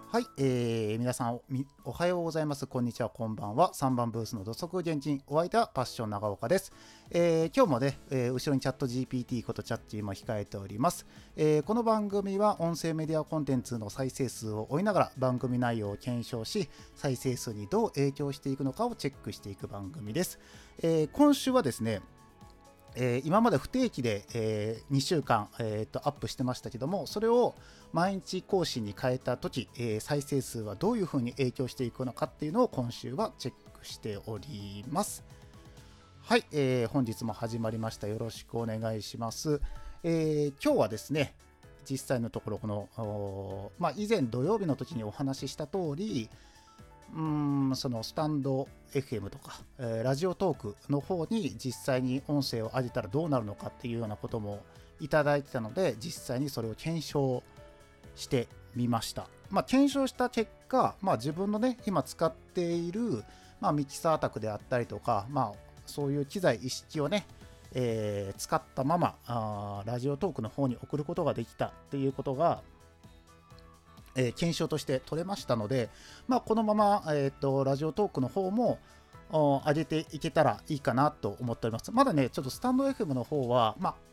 はい、皆さんおはようございます。こんにちは、こんばんは。3番ブースの土足現人、お相手はパッション長岡です。今日もね、後ろにチャット GPT ことチャッチーも控えております。この番組は音声メディアコンテンツの再生数を追いながら番組内容を検証し、再生数にどう影響していくのかをチェックしていく番組です。今週はですね、今まで不定期で、2週間、アップしてましたけども、それを毎日更新に変えた時、再生数はどういうふうに影響していくのかっていうのを今週はチェックしております。はい、本日も始まりました。よろしくお願いします。今日はですね、実際のところこの、以前土曜日の時にお話しした通り、そのスタンド FM とか、ラジオトークの方に実際に音声を上げたらどうなるのかっていうようなこともいただいてたので、実際にそれを検証してみました。検証した結果、自分のね今使っている、ミキサー卓であったりとか、そういう機材一式をね、使ったままラジオトークの方に送ることができたっていうことが検証として取れましたので、このまま、ラジオトークの方も上げていけたらいいかなと思っております。まだね、ちょっとスタンド FM の方は、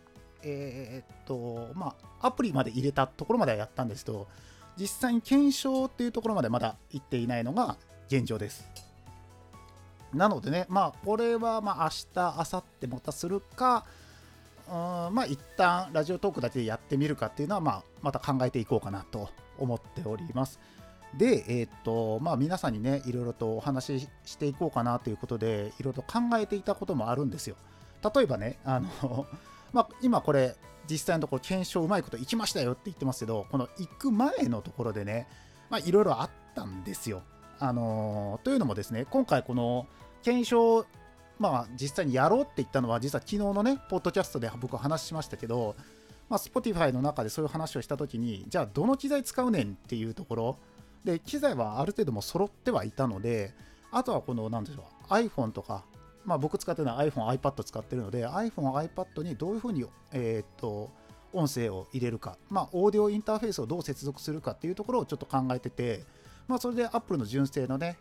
アプリまで入れたところまではやったんですけど、実際に検証っていうところまでまだ行っていないのが現状です。なのでね、これは明日、明後日またするか、一旦ラジオトークだけでやってみるかっていうのは、また考えていこうかなと思っております。で、皆さんにね、いろいろとお話ししていこうかなということで、いろいろと考えていたこともあるんですよ。例えばね、今これ、実際のところ検証うまいこといきましたよって言ってますけど、この行く前のところでね、いろいろあったんですよ。というのもですね、今回この検証実際にやろうって言ったのは、実は昨日のね、ポッドキャストで僕は話しましたけど、Spotify の中でそういう話をしたときに、じゃあどの機材使うねんっていうところで、機材はある程度も揃ってはいたので、あとはこの、なんでしょう、iPhone とか、僕使ってるのは iPhone、iPad 使ってるので、iPhone、iPad にどういうふうに、音声を入れるか、オーディオインターフェースをどう接続するかっていうところをちょっと考えてて、それで Apple の純正のね、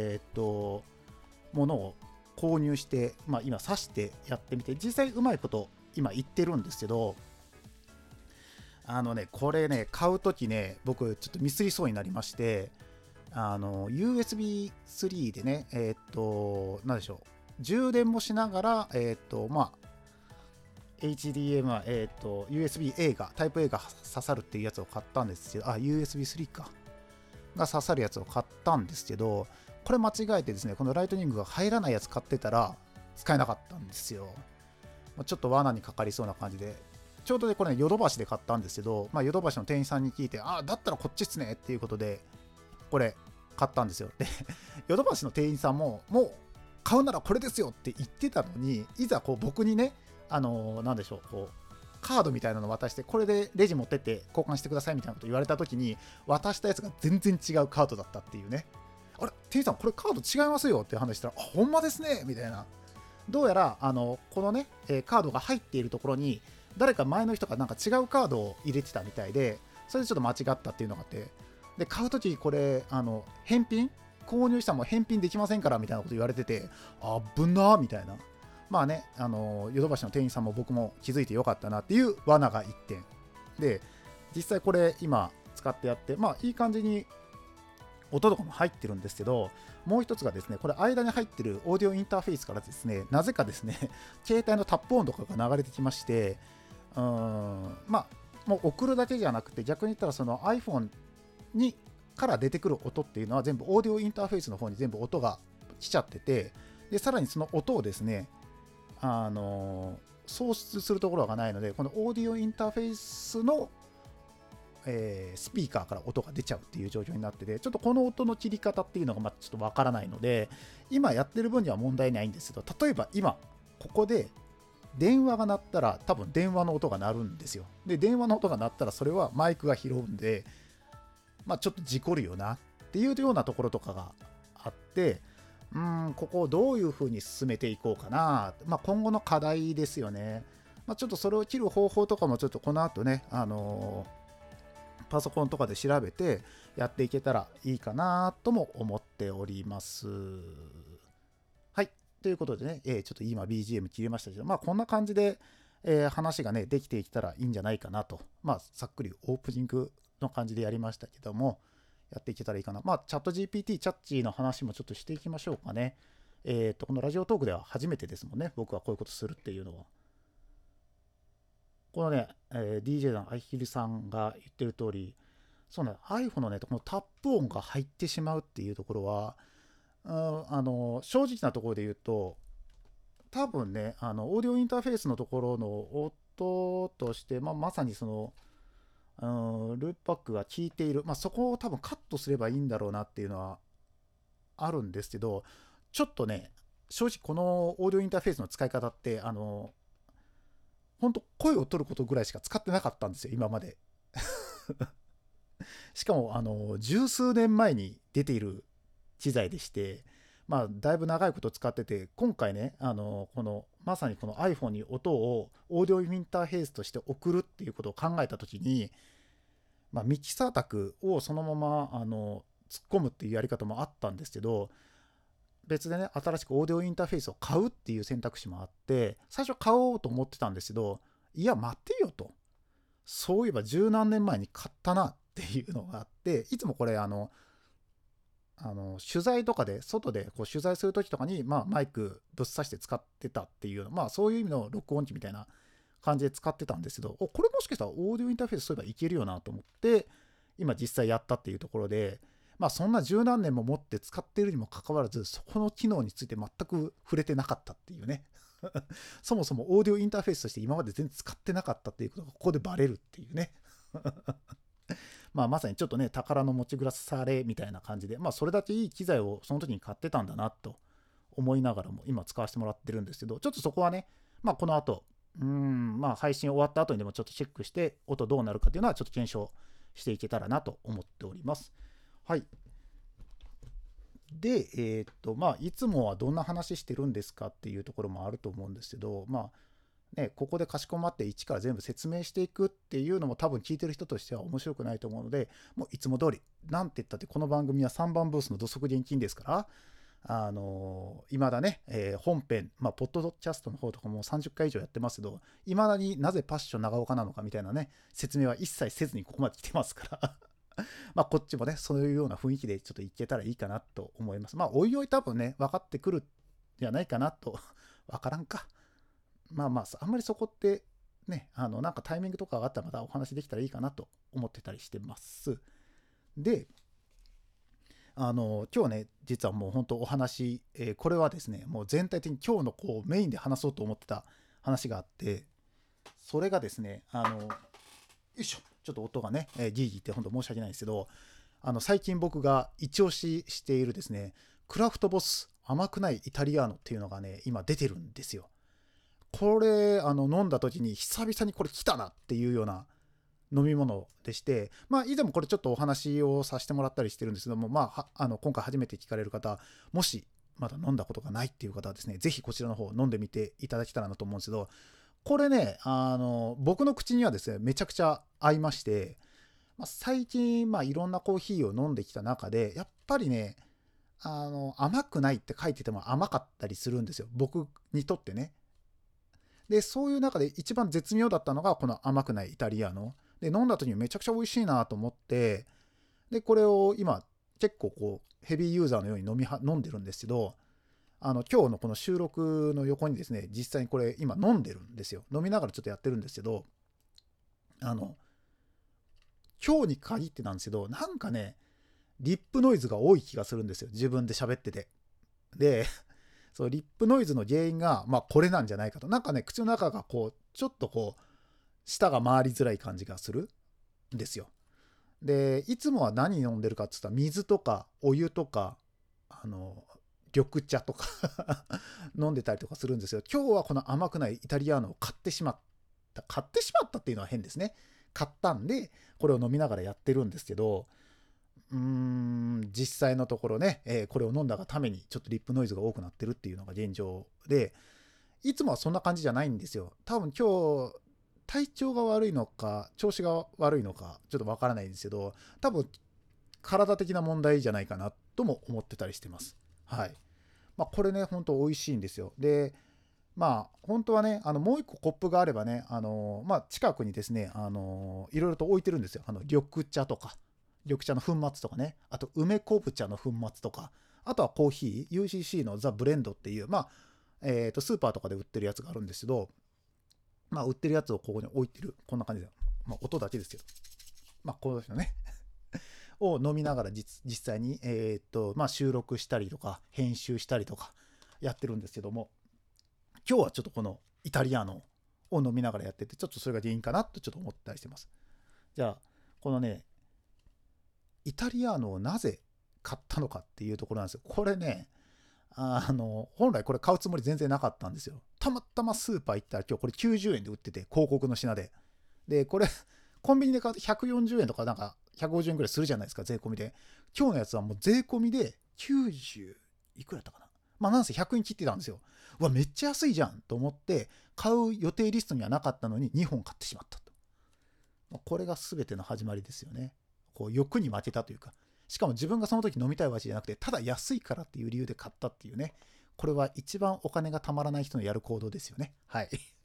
ものを購入して、今挿してやってみて、実際うまいこと今言ってるんですけど、これね、買うときね、僕ちょっとミスりそうになりまして、USB3 でね、なんでしょう、充電もしながら、HDMI、USB-A が、タイプ A が刺さるっていうやつを買ったんですけど、USB3 か。が刺さるやつを買ったんですけど、これ間違えてですね、このライトニングが入らないやつ買ってたら使えなかったんですよ。ちょっと罠にかかりそうな感じで、ちょうどね、これヨドバシで買ったんですけど、ヨドバシの店員さんに聞いて、だったらこっちっすねっていうことで、これ買ったんですよ。で、ヨドバシの店員さんも、もう買うならこれですよって言ってたのに、いざこう僕にね、なんでしょう、こう、カードみたいなのを渡して、これでレジ持ってって交換してくださいみたいなこと言われたときに、渡したやつが全然違うカードだったっていうね。あれ、店員さん、これカード違いますよって話したら、ほんまですねみたいな。どうやら、このね、カードが入っているところに、誰か前の人がなんか違うカードを入れてたみたいで、それでちょっと間違ったっていうのがあって、で、買うときこれ、返品購入したらもう返品できませんからみたいなこと言われてて、危なーみたいな。ヨドバシの店員さんも僕も気づいてよかったなっていう罠が1点。で、実際これ今使ってやって、いい感じに音とかも入ってるんですけど、もう一つがですね、これ間に入ってるオーディオインターフェースからですね、なぜかですね、携帯のタップ音とかが流れてきまして、もう送るだけじゃなくて、逆に言ったらその iPhone にから出てくる音っていうのは全部オーディオインターフェースの方に全部音が来ちゃってて、で、さらにその音をですね、送出するところがないので、このオーディオインターフェースの、スピーカーから音が出ちゃうっていう状況になってて、ちょっとこの音の切り方っていうのがちょっとわからないので、今やってる分には問題ないんですけど、例えば今ここで電話が鳴ったら多分電話の音が鳴るんですよ。で、電話の音が鳴ったらそれはマイクが拾うんで、ちょっと事故るよなっていうようなところとかがあって、ここをどういうふうに進めていこうかな、今後の課題ですよね。ちょっとそれを切る方法とかもちょっとこの後ね、 パソコンとかで調べてやっていけたらいいかなとも思っております。はい。ということでね、ちょっと今 BGM 切れましたけど、まあこんな感じで、話がね、できていけたらいいんじゃないかなと。まあざっくりオープニングの感じでやりましたけども、やっていけたらいいかな。まあチャット GPT、チャッチーの話もちょっとしていきましょうかね。このラジオトークでは初めてですもんね。僕はこういうことするっていうのは。このね、DJ のあひるさんが言ってる通り、そうね、iPhone のね、このタップ音が入ってしまうっていうところは、正直なところで言うと、多分ね、オーディオインターフェースのところの音として、まさにその、ループバックが効いている、そこを多分カットすればいいんだろうなっていうのはあるんですけど、ちょっとね、正直このオーディオインターフェースの使い方って、本当声を取ることぐらいしか使ってなかったんですよ、今まで。しかも、十数年前に出ている機材でして、だいぶ長いこと使ってて、今回ね、まさにこの iPhone に音をオーディオインターフェースとして送るっていうことを考えたときに、ミキサー卓をそのまま、突っ込むっていうやり方もあったんですけど、別でね、新しくオーディオインターフェースを買うっていう選択肢もあって、最初買おうと思ってたんですけど、いや、待ってよと。そういえば十何年前に買ったなっていうのがあって、いつもこれ取材とかで外でこう取材する時とかに、マイクぶっ刺して使ってたっていう、そういう意味の録音機みたいな感じで使ってたんですけど、これもしかしたらオーディオインターフェースそういえばいけるよなと思って今実際やったっていうところで、そんな十何年も持って使っているにもかかわらず、そこの機能について全く触れてなかったっていうね。そもそもオーディオインターフェースとして今まで全然使ってなかったっていうことがここでバレるっていうね。まさにちょっとね、宝の持ち腐されみたいな感じで、それだけいい機材をその時に買ってたんだなと思いながらも今使わせてもらってるんですけど、ちょっとそこはね、この後、配信終わった後にでもちょっとチェックして、音どうなるかっていうのはちょっと検証していけたらなと思っております。はい。で、いつもはどんな話してるんですかっていうところもあると思うんですけど、ここでかしこまって一から全部説明していくっていうのも多分聞いてる人としては面白くないと思うので、もういつも通り、なんて言ったってこの番組は3番ブースの土足現金ですから、未だね、本編、ポッドキャストの方とかも30回以上やってますけど、未だになぜパッション長岡なのかみたいなね、説明は一切せずにここまで来てますからこっちもね、そういうような雰囲気でちょっといけたらいいかなと思います。おいおい多分ね、分かってくるんじゃないかなと。分からんか。あんまりそこってね、なんかタイミングとかがあったらまたお話できたらいいかなと思ってたりしてます。で、今日ね、実はもう本当お話、これはですね、もう全体的に今日のこうメインで話そうと思ってた話があって、それがですね、よいしょ、ちょっと音がね、ギーギーって本当申し訳ないんですけど、最近僕が一押ししているですね、クラフトボス甘くないイタリアーノっていうのがね、今出てるんですよ。これ飲んだ時に久々にこれ来たなっていうような飲み物でして、以前もこれちょっとお話をさせてもらったりしてるんですけども、今回初めて聞かれる方、もしまだ飲んだことがないっていう方はですね、ぜひこちらの方飲んでみていただけたらなと思うんですけど、これね、僕の口にはですね、めちゃくちゃ合いまして、最近、いろんなコーヒーを飲んできた中で、やっぱりね、甘くないって書いてても甘かったりするんですよ。僕にとってね。で、そういう中で一番絶妙だったのが、この甘くないイタリアの。で、飲んだ時にめちゃくちゃ美味しいなと思って、で、これを今、結構こう、ヘビーユーザーのように飲んでるんですけど、今日のこの収録の横にですね、実際にこれ今飲んでるんですよ。飲みながらちょっとやってるんですけど、今日に限ってなんですけど、なんかね、リップノイズが多い気がするんですよ。自分で喋ってて。で、そうリップノイズの原因が、これなんじゃないかと。なんかね、口の中がこう、ちょっとこう、舌が回りづらい感じがするんですよ。で、いつもは何飲んでるかって言ったら、水とかお湯とか、緑茶とか飲んでたりとかするんですよ。今日はこの甘くないイタリアーノを買ってしまった。買ってしまったっていうのは変ですね。買ったんで、これを飲みながらやってるんですけど、実際のところね、これを飲んだがためにちょっとリップノイズが多くなってるっていうのが現状で、いつもはそんな感じじゃないんですよ。多分今日体調が悪いのか調子が悪いのかちょっとわからないんですけど、多分体的な問題じゃないかなとも思ってたりしてます。はい。これね、本当美味しいんですよ。で、本当はね、もう一個コップがあればね、近くにですね、いろいろと置いてるんですよ。緑茶とか、緑茶の粉末とかね、あと梅昆布茶の粉末とか、あとはコーヒー、UCC のザ・ブレンドっていう、スーパーとかで売ってるやつがあるんですけど、売ってるやつをここに置いてる。こんな感じで。音だけですけど。こうですよね。を飲みながら実際に、収録したりとか、編集したりとかやってるんですけども、今日はちょっとこのイタリアーノを飲みながらやってて、ちょっとそれが原因かなとちょっと思ったりしてます。じゃあ、このね、イタリアーノをなぜ買ったのかっていうところなんですよ。これね、本来これ買うつもり全然なかったんですよ。たまたまスーパー行ったら今日これ90円で売ってて、広告の品で。で、これ、コンビニで買うと140円とかなんか150円ぐらいするじゃないですか、税込みで。今日のやつはもう税込みで90いくらだったかな。なんせ100円切ってたんですよ。うわ、めっちゃ安いじゃんと思って、買う予定リストにはなかったのに2本買ってしまったと。これが全ての始まりですよね。こう欲に負けたというか、しかも自分がその時飲みたいわけじゃなくて、ただ安いからっていう理由で買ったっていうね。これは一番お金がたまらない人のやる行動ですよね。はい。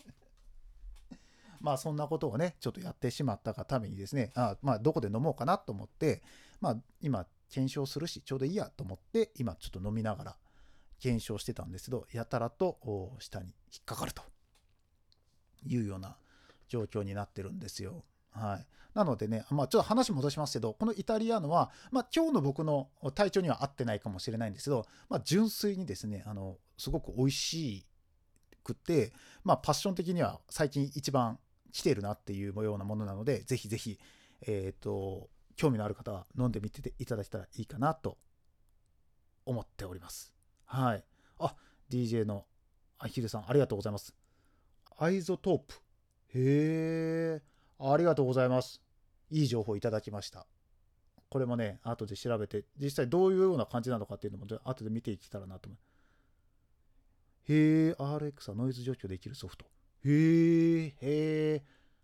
そんなことをね、ちょっとやってしまったがためにですね、どこで飲もうかなと思って、今、検証するし、ちょうどいいやと思って、今ちょっと飲みながら検証してたんですけど、やたらと下に引っかかるというような状況になってるんですよ。はい。なのでね、ちょっと話戻しますけど、このイタリアーノは、今日の僕の体調には合ってないかもしれないんですけど、純粋にですね、すごく美味しくて、パッション的には最近一番来てるなっていうようなものなので、ぜひぜひ、興味のある方は飲んでみていただけたらいいかなと思っております。はい。DJ のアヒルさん、ありがとうございます。アイゾトープ。へえ、ありがとうございます。いい情報いただきました。これもね、後で調べて、実際どういうような感じなのかっていうのも、後で見ていけたらなと思う。へえ、RX はノイズ除去できるソフト。へえ。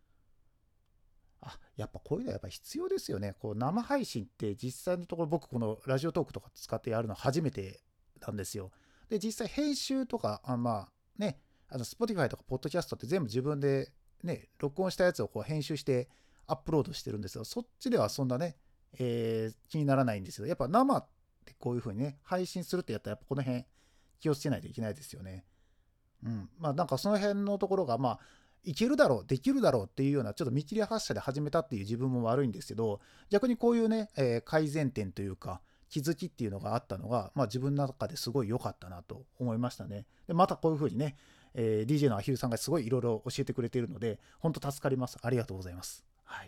やっぱこういうのはやっぱ必要ですよね。こう生配信って実際のところ僕このラジオトークとか使ってやるの初めてなんですよ。で、実際編集とか、Spotify とか Podcast って全部自分でね、録音したやつをこう編集してアップロードしてるんですよ。そっちではそんなね、気にならないんですけど、やっぱ生ってこういう風にね、配信するってやったらやっぱこの辺気をつけないといけないですよね。なんかその辺のところがいけるだろうできるだろうっていうようなちょっと見切り発車で始めたっていう自分も悪いんですけど、逆にこういうね、改善点というか気づきっていうのがあったのが、自分の中ですごい良かったなと思いましたね。でまたこういう風にね、DJ のアヒルさんがすごいいろいろ教えてくれているので本当助かります。ありがとうございます。はい。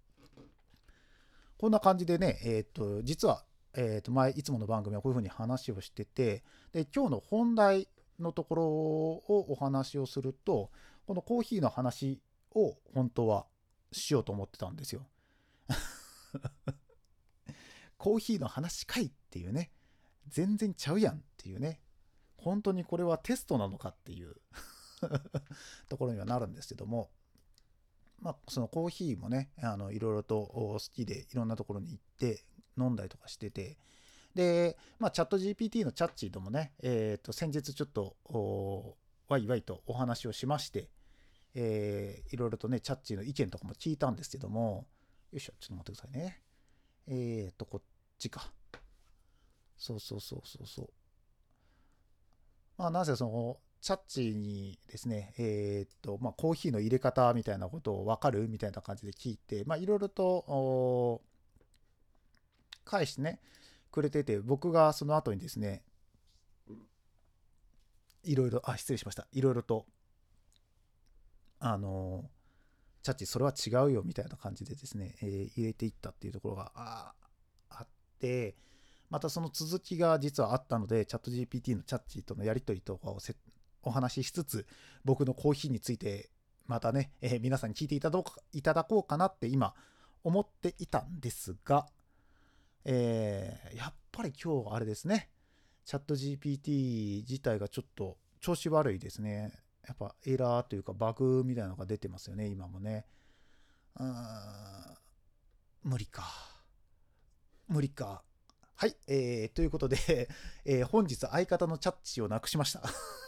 こんな感じでね、実は、いつもの番組はこういう風に話をしてて、で今日の本題のところをお話をすると、このコーヒーの話を本当はしようと思ってたんですよ。コーヒーの話かいっていうね、全然ちゃうやんっていうね、本当にこれはテストなのかっていうところにはなるんですけども、そのコーヒーもね、いろいろと好きでいろんなところに行って飲んだりとかしてて、で、チャット GPT のチャッチーともね、先日ちょっとワイワイとお話をしまして、いろいろとね、チャッチーの意見とかも聞いたんですけども、よいしょ、ちょっと待ってくださいね。こっちか。そうそうそうそうそう。なぜその、チャッチーにですね、コーヒーの入れ方みたいなことを分かるみたいな感じで聞いて、いろいろと返してね、くれてて、僕がその後にですね、いろいろ、失礼しました。いろいろと、あのチャッチそれは違うよみたいな感じでですね、入れていったっていうところがあって、またその続きが実はあったので、チャット GPT のチャッチとのやり取りとかをお話ししつつ、僕のコーヒーについてまたね、皆さんに聞いていただこうかなって今思っていたんですが、やっぱり今日あれですね、チャット GPT 自体がちょっと調子悪いですね。 やっぱエラーというかバグみたいなのが出てますよね、今もね。無理か。無理か。はい、ということで、本日相方のチャッチをなくしました。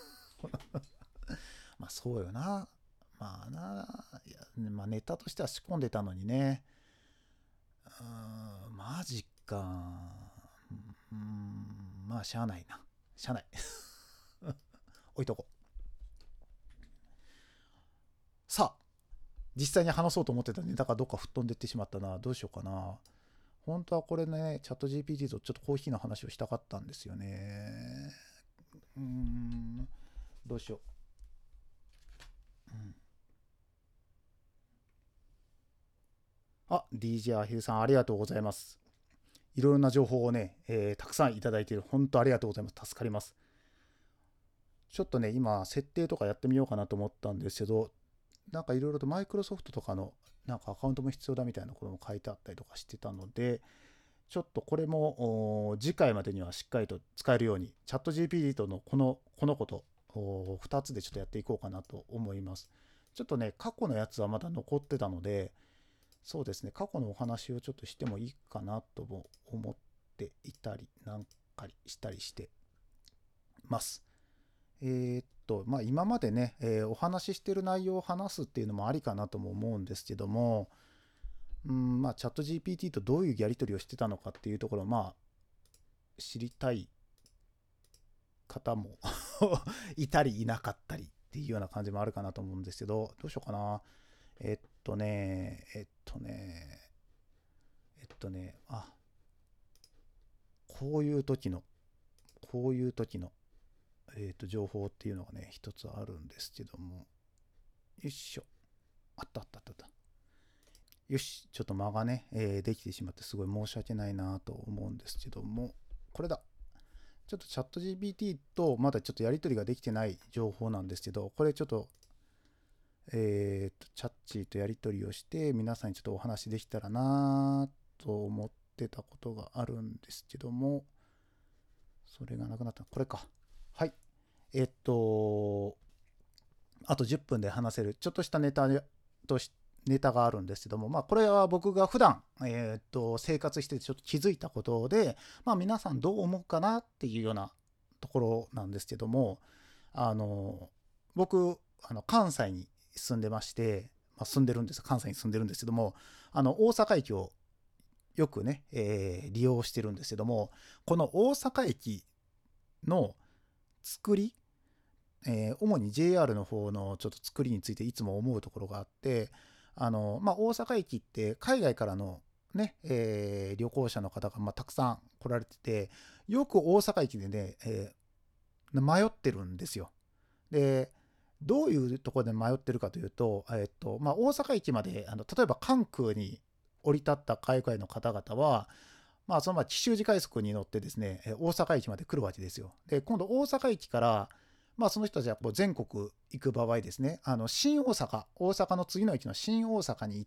まあそうよな。まあな、いや、まあ、ネタとしては仕込んでたのにね。マジか。まあしゃあないな。しゃあない。置いとこう。さあ、実際に話そうと思ってたネタがどっか吹っ飛んでってしまったな。どうしようかな。本当はこれね、チャット GPT とちょっとコーヒーの話をしたかったんですよね。どうしよう。DJ アヒルさんありがとうございます。いろいろな情報をね、たくさんいただいている。本当ありがとうございます。助かります。ちょっとね、今、設定とかやってみようかなと思ったんですけど、なんかいろいろとマイクロソフトとかのなんかアカウントも必要だみたいなことも書いてあったりとかしてたので、ちょっとこれも次回までにはしっかりと使えるように、チャット GPT のこのこと2つでちょっとやっていこうかなと思います。ちょっとね、過去のやつはまだ残ってたので、そうですね、過去のお話をちょっとしてもいいかなとも思っていたり、なんかしたりしてます。まあ、今までね、お話ししてる内容を話すっていうのもありかなとも思うんですけども、まあ、チャット GPT とどういうやり取りをしてたのかっていうところを、まあ、知りたい方もいたりいなかったりっていうような感じもあるかなと思うんですけど、どうしようかな。えっとね、えっとね、えっとね、あ、こういう時の、こういう時の、情報っていうのがね、一つあるんですけども、よいしょ。あったあったあったあった。よし、ちょっと間がね、できてしまってすごい申し訳ないなと思うんですけども、これだ。ちょっとチャット GPT とまだちょっとやり取りができてない情報なんですけど、これちょっと、チャッチーとやり取りをして皆さんにちょっとお話できたらなと思ってたことがあるんですけども、それがなくなった。これか。はい。えっと、あと10分で話せるちょっとしたネタがあるんですけども、まあ、これは僕が普段、生活してちょっと気づいたことで、まあ、皆さんどう思うかなっていうようなところなんですけども、僕、関西に住んでまして、まあ、関西に住んでるんですけども、大阪駅をよくね、利用してるんですけども、この大阪駅の作り、主に JR の方のちょっと作りについていつも思うところがあって、まあ、大阪駅って海外からのね、旅行者の方がまあたくさん来られてて、よく大阪駅でね、迷ってるんですよ。で、どういうところで迷ってるかというと、まあ、大阪駅まで例えば関空に降り立った海外の方々は、まあ、そのまま紀州路快速に乗ってですね、大阪駅まで来るわけですよ。で、今度大阪駅から、まあ、その人たちはこう全国行く場合ですね、新大阪、大阪の次の駅の新大阪に行って、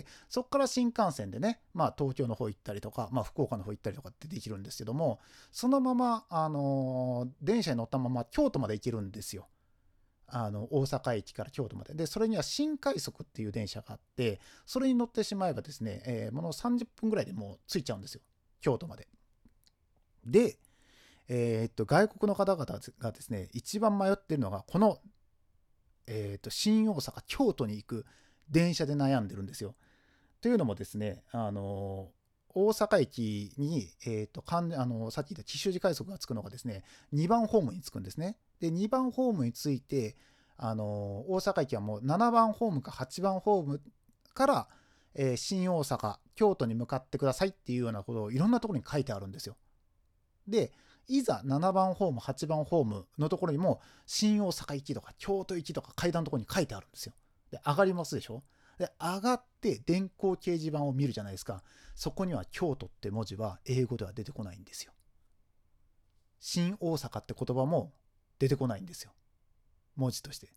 そこから新幹線でね、まあ、東京の方行ったりとか、まあ、福岡の方行ったりとかってできるんですけども、そのまま、電車に乗ったまま京都まで行けるんですよ。大阪駅から京都まで。で、それには新快速っていう電車があって、それに乗ってしまえばですね、もの30分ぐらいでもう着いちゃうんですよ。京都まで。で、外国の方々がですね、一番迷ってるのが、この、新大阪、京都に行く電車で悩んでるんですよ。というのもですね、大阪駅に、さっき言った紀州路快速が着くのがですね、2番ホームに着くんですね。で、2番ホームに着いて、大阪駅はもう7番ホームか8番ホームから、新大阪、京都に向かってくださいっていうようなことをいろんなところに書いてあるんですよ。で、いざ7番ホーム、8番ホームのところにも、新大阪行きとか京都行きとか階段のところに書いてあるんですよ。で、上がりますでしょ。で、上がって電光掲示板を見るじゃないですか。そこには京都って文字は英語では出てこないんですよ。新大阪って言葉も出てこないんですよ。文字として。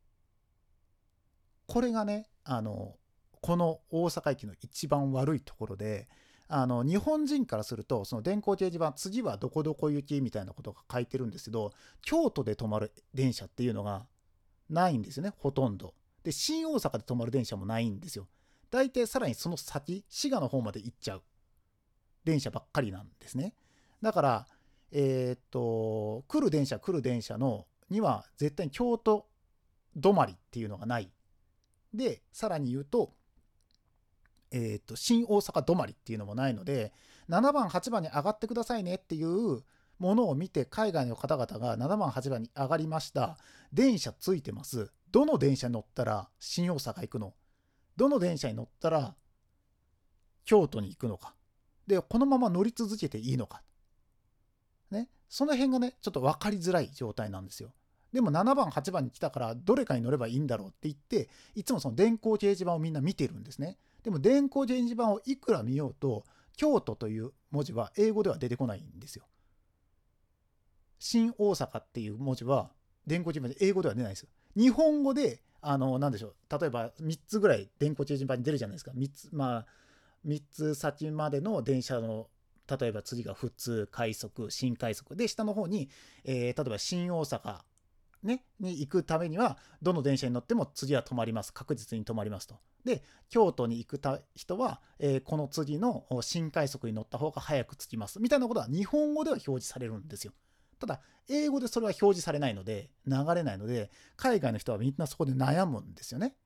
これがね、この大阪駅の一番悪いところで、日本人からすると、その電光掲示板、次はどこどこ行きみたいなことが書いてるんですけど、京都で止まる電車っていうのがないんですよね、ほとんど。で、新大阪で止まる電車もないんですよ。大体さらにその先、滋賀の方まで行っちゃう電車ばっかりなんですね。だから、来る電車のには絶対に京都止まりっていうのがない。で、さらに言うと、新大阪止まりっていうのもないので、7番、8番に上がってくださいねっていうものを見て、海外の方々が7番、8番に上がりました。電車ついてます。どの電車に乗ったら新大阪行くの？どの電車に乗ったら京都に行くのか？で、このまま乗り続けていいのか？ね。その辺がね、ちょっと分かりづらい状態なんですよ。でも7番、8番に来たからどれかに乗ればいいんだろうって言って、いつもその電光掲示板をみんな見てるんですね。でも電光掲示板をいくら見ようと、京都という文字は英語では出てこないんですよ。新大阪っていう文字は電光掲示板で英語では出ないですよ。日本語で、なんでしょう。例えば3つぐらい電光掲示板に出るじゃないですか。3つ先までの電車の、例えば次が普通、快速、新快速。で、下の方に、例えば新大阪、ね、に行くためには、どの電車に乗っても次は止まります。確実に止まりますと。で、京都に行く人は、この次の新快速に乗った方が早く着きます。みたいなことは日本語では表示されるんですよ。ただ、英語でそれは表示されないので、流れないので、海外の人はみんなそこで悩むんですよね。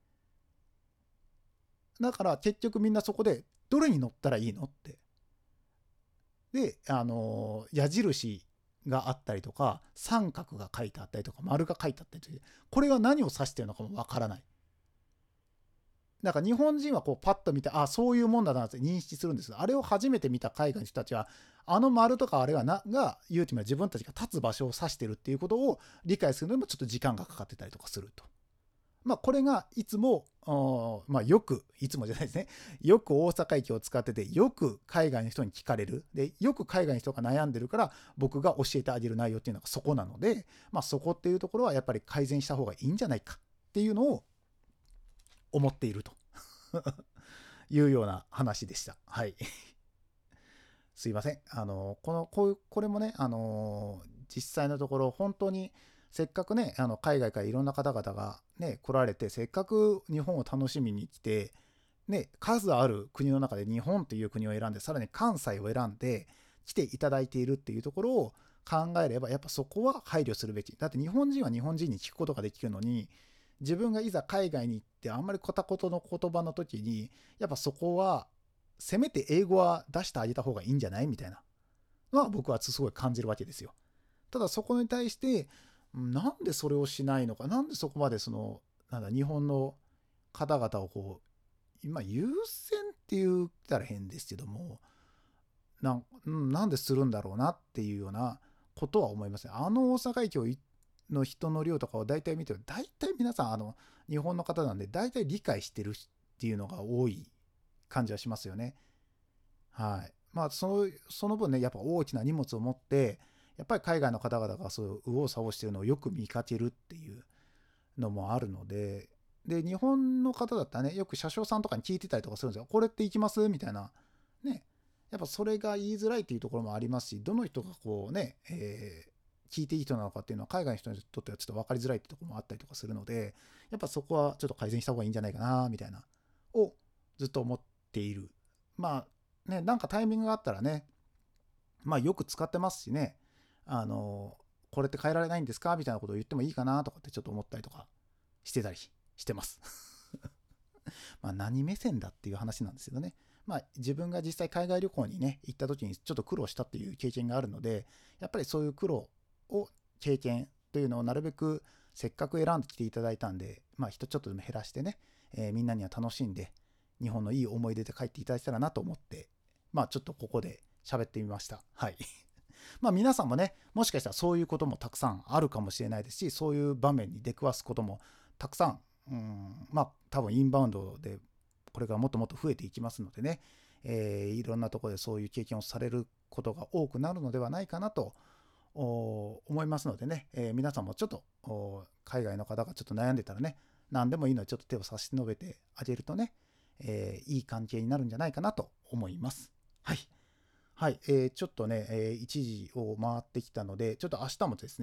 だから結局みんなそこで、どれに乗ったらいいのって。で、矢印があったりとか、三角が書いてあったりとか、丸が書いてあったりとか、これが何を指しているのかもわからない。だから日本人はこうパッと見て、あ、そういうもんだなって認識するんです。あれを初めて見た海外の人たちは、あの丸とかあれが言うてみれば自分たちが立つ場所を指してるっていうことを理解するのにもちょっと時間がかかってたりとかすると。まあこれがいつも、いつもじゃないですね。よく大阪駅を使ってて、よく海外の人に聞かれる。で、よく海外の人が悩んでるから、僕が教えてあげる内容っていうのがそこなので、まあそこっていうところはやっぱり改善した方がいいんじゃないかっていうのを思っているというような話でした。はい。すいません。これもね、実際のところ、本当に、せっかくね、海外からいろんな方々がね、来られて、せっかく日本を楽しみに来て、ね、数ある国の中で日本という国を選んで、さらに関西を選んで来ていただいているっていうところを考えれば、やっぱそこは配慮するべき。だって日本人は日本人に聞くことができるのに、自分がいざ海外に行ってあんまり片言の言葉の時に、やっぱそこはせめて英語は出してあげた方がいいんじゃないみたいなのは僕はすごい感じるわけですよ。ただそこに対してなんでそれをしないのか、なんでそこまで日本の方々をこう今優先って言ったら変ですけども、なんでするんだろうなっていうようなことは思いますね。大阪駅の人の量とかを大体見てると、大体皆さん日本の方なんで大体理解してるっていうのが多い感じはしますよね。はい。まあその分ね、やっぱ大きな荷物を持って、やっぱり海外の方々がそう右往左往してるのをよく見かけるっていうのもあるので、で、日本の方だったらね、よく車掌さんとかに聞いてたりとかするんですよ。これって行きますみたいな。ね。やっぱそれが言いづらいっていうところもありますし、どの人がこうね、聞いていい人なのかっていうのは海外の人にとってはちょっと分かりづらいってところもあったりとかするので、やっぱそこはちょっと改善した方がいいんじゃないかな、みたいな、をずっと思っている。まあね、なんかタイミングがあったらね、まあよく使ってますしね、これって変えられないんですかみたいなことを言ってもいいかなとかってちょっと思ったりとかしてたりしてます。まあ何目線だっていう話なんですけどね。まあ自分が実際海外旅行にね、行った時にちょっと苦労したっていう経験があるので、やっぱりそういう苦労を経験というのをなるべくせっかく選んできていただいたんで、まあ人ちょっとでも減らしてね、みんなには楽しんで日本のいい思い出で帰っていただけたらなと思って、まあちょっとここで喋ってみました。はい。まあ皆さんもね、もしかしたらそういうこともたくさんあるかもしれないですし、そういう場面に出くわすこともたくさん、まあ多分インバウンドでこれからもっともっと増えていきますのでね、いろんなところでそういう経験をされることが多くなるのではないかなと思いますのでね、皆さんもちょっと海外の方がちょっと悩んでたらね、何でもいいのでちょっと手を差し伸べてあげるとね、いい関係になるんじゃないかなと思います。はい。はい、ちょっとね、1時を回ってきたので、ちょっと明日もですね、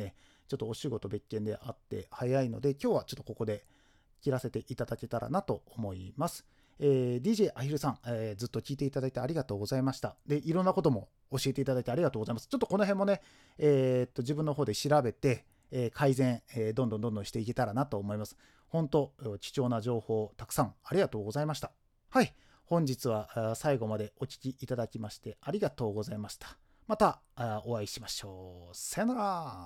ちょっとお仕事別件であって早いので、今日はちょっとここで切らせていただけたらなと思います。DJ アヒルさん、ずっと聞いていただいてありがとうございました。で、いろんなことも教えていただいてありがとうございます。ちょっとこの辺もね、自分の方で調べて、改善、どんどんしていけたらなと思います。本当、貴重な情報たくさんありがとうございました。はい、本日は最後までお聞きいただきましてありがとうございました。またお会いしましょう。さよなら。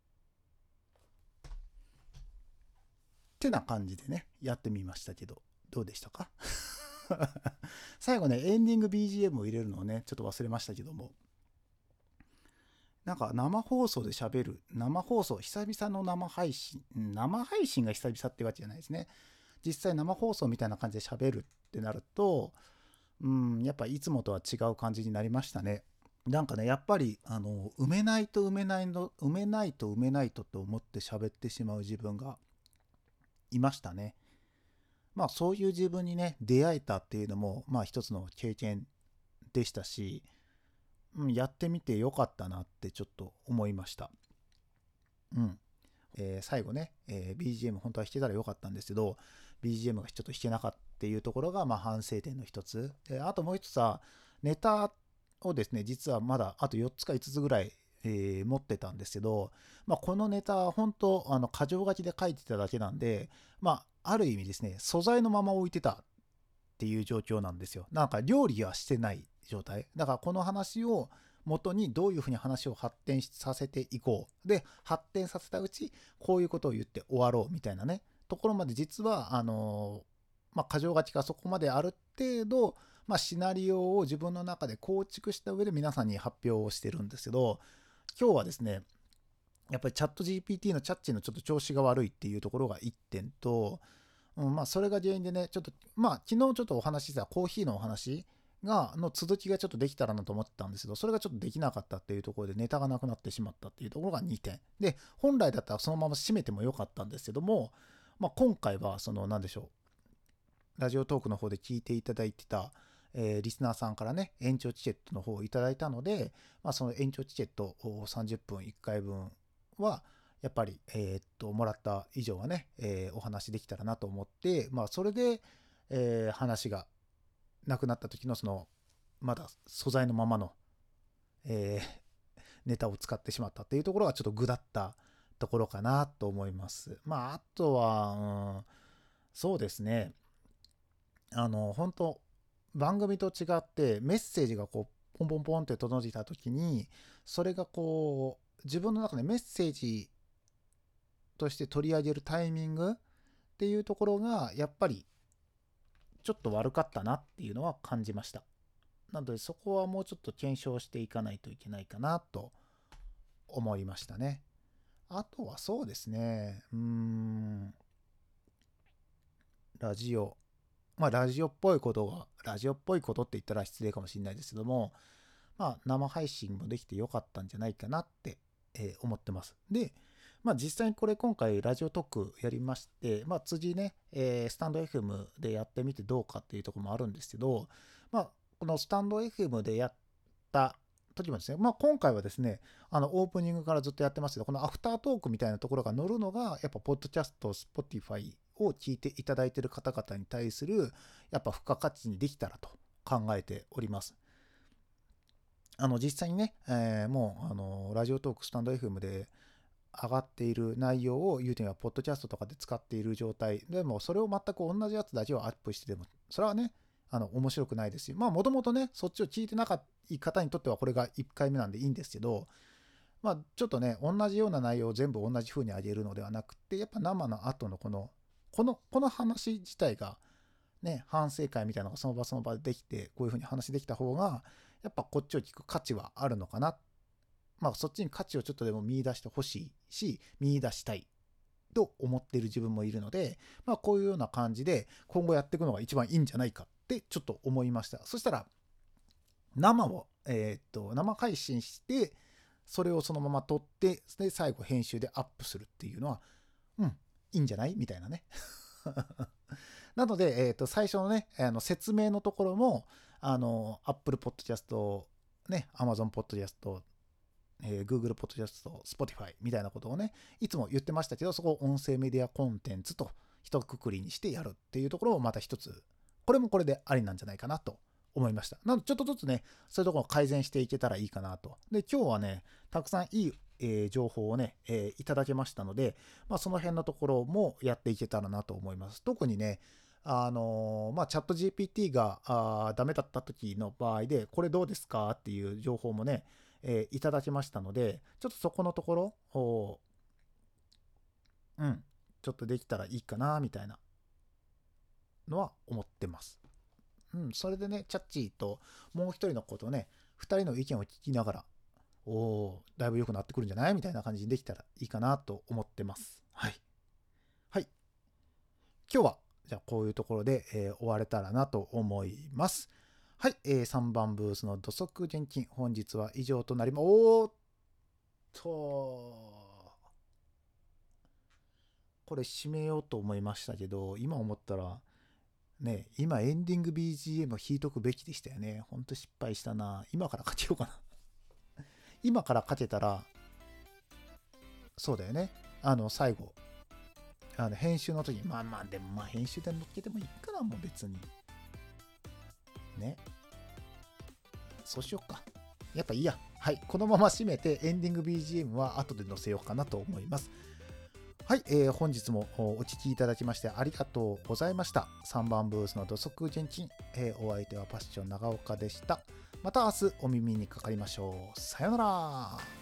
ってな感じでね、やってみましたけど、どうでしたか？最後ね、エンディング BGM を入れるのをね、ちょっと忘れましたけども、なんか生放送で喋る、生放送、久々の生配信、生配信が久々ってわけじゃないですね。実際生放送みたいな感じで喋るってなると、やっぱいつもとは違う感じになりましたね。なんかね、やっぱり、埋めないと埋めないの、埋めないと埋めないとと思って喋ってしまう自分がいましたね。まあそういう自分にね、出会えたっていうのも、まあ一つの経験でしたし、やってみてよかったなってちょっと思いました。うん。最後ね、BGM 本当は弾けたらよかったんですけど、BGM がちょっと弾けなかったっていうところが、まあ反省点の一つ。あともう一つは、ネタをですね、実はまだあと4つか5つぐらい、持ってたんですけど、まあ、このネタは本当、箇条書きで書いてただけなんで、まあ、ある意味ですね、素材のまま置いてたっていう状況なんですよ。なんか料理はしてない状態。だからこの話を元にどういうふうに話を発展させていこう。で、発展させたうち、こういうことを言って終わろうみたいなね、ところまで実は、まあ、箇条書きがそこまである程度、まあ、シナリオを自分の中で構築した上で皆さんに発表をしてるんですけど、今日はですね、やっぱりチャット GPT のチャッチのちょっと調子が悪いっていうところが1点と、まあそれが原因でね、ちょっと、まあ昨日ちょっとお話ししたコーヒーのお話の続きがちょっとできたらなと思ってたんですけど、それがちょっとできなかったっていうところでネタがなくなってしまったっていうところが2点。で、本来だったらそのまま締めてもよかったんですけども、まあ今回はその、なんでしょう、ラジオトークの方で聞いていただいてた、リスナーさんからね、延長チケットの方をいただいたので、まあその延長チケットを30分1回分は、やっぱり、もらった以上はね、お話できたらなと思って、まあ、それで、話がなくなった時の、その、まだ素材のままの、えネタを使ってしまったっていうところがちょっと具だったところかなと思います。まあ、あとは、そうですね、本当番組と違ってメッセージがこう、ポンポンポンって届いた時に、それがこう、自分の中でメッセージとして取り上げるタイミングっていうところがやっぱりちょっと悪かったなっていうのは感じました。なのでそこはもうちょっと検証していかないといけないかなと思いましたね。あとはそうですね、ラジオ、まあラジオっぽいことが、ラジオっぽいことって言ったら失礼かもしれないですけども、まあ生配信もできてよかったんじゃないかなって、思ってます。で、まあ実際にこれ今回ラジオトークやりまして、まあ次ね、スタンド FM でやってみてどうかっていうところもあるんですけど、まあこのスタンド FM でやった時もですね、まあ今回はですね、オープニングからずっとやってますけど、このアフタートークみたいなところが乗るのが、やっぱポッドキャスト、Spotify を聞いていただいている方々に対する、やっぱ付加価値にできたらと考えております。実際にね、もうラジオトークスタンド FM で上がっている内容を言うてみればポッドキャストとかで使っている状態でも、それを全く同じやつだけをアップしてでもそれはね面白くないですし、まあもともとねそっちを聞いてなかった方にとってはこれが1回目なんでいいんですけど、まあちょっとね同じような内容を全部同じ風に上げるのではなくて、やっぱ生の後のこの話自体がね、反省会みたいなのがその場その場でできて、こういう風に話できた方がやっぱこっちを聞く価値はあるのかな。まあそっちに価値をちょっとでも見出してほしいし、見出したいと思っている自分もいるので、まあこういうような感じで今後やっていくのが一番いいんじゃないかってちょっと思いました。そしたら生配信して、それをそのまま撮って、で最後編集でアップするっていうのは、いいんじゃないみたいなね。なので、最初のね、説明のところも、Apple Podcast、ね、Amazon Podcast、 Google Podcast、Spotify みたいなことをね、いつも言ってましたけど、そこを音声メディアコンテンツと一括りにしてやるっていうところをまた一つ、これもこれでありなんじゃないかなと思いました。なのでちょっとずつね、そういうところを改善していけたらいいかなと。で、今日はね、たくさんいい情報をね、いただけましたので、その辺のところもやっていけたらなと思います。特にね、チャット GPT がダメだった時の場合で、これどうですかっていう情報もね、いただきましたので、ちょっとそこのところを、ちょっとできたらいいかな、みたいなのは思ってます。それでね、チャッチーともう一人の子とね、二人の意見を聞きながら、だいぶ良くなってくるんじゃないみたいな感じにできたらいいかなと思ってます。はい。はい。今日は、じゃあこういうところで、終われたらなと思います。はい。3番ブースの土足現金、本日は以上となります。これ締めようと思いましたけど、今思ったら、ね、今エンディング BGM を弾いとくべきでしたよね。ほんと失敗したな。今からかけようかな。今からかけたら、そうだよね。最後、編集の時に、でも編集で乗っけてもいいかな、もう別に。ね。そうしようか。やっぱいいや。はい。このまま締めて、エンディング BGM は後で載せようかなと思います。はい、本日もお聞きいただきましてありがとうございました。3番ブースの土足現金、お相手はパッション長岡でした。また明日お耳にかかりましょう。さようなら。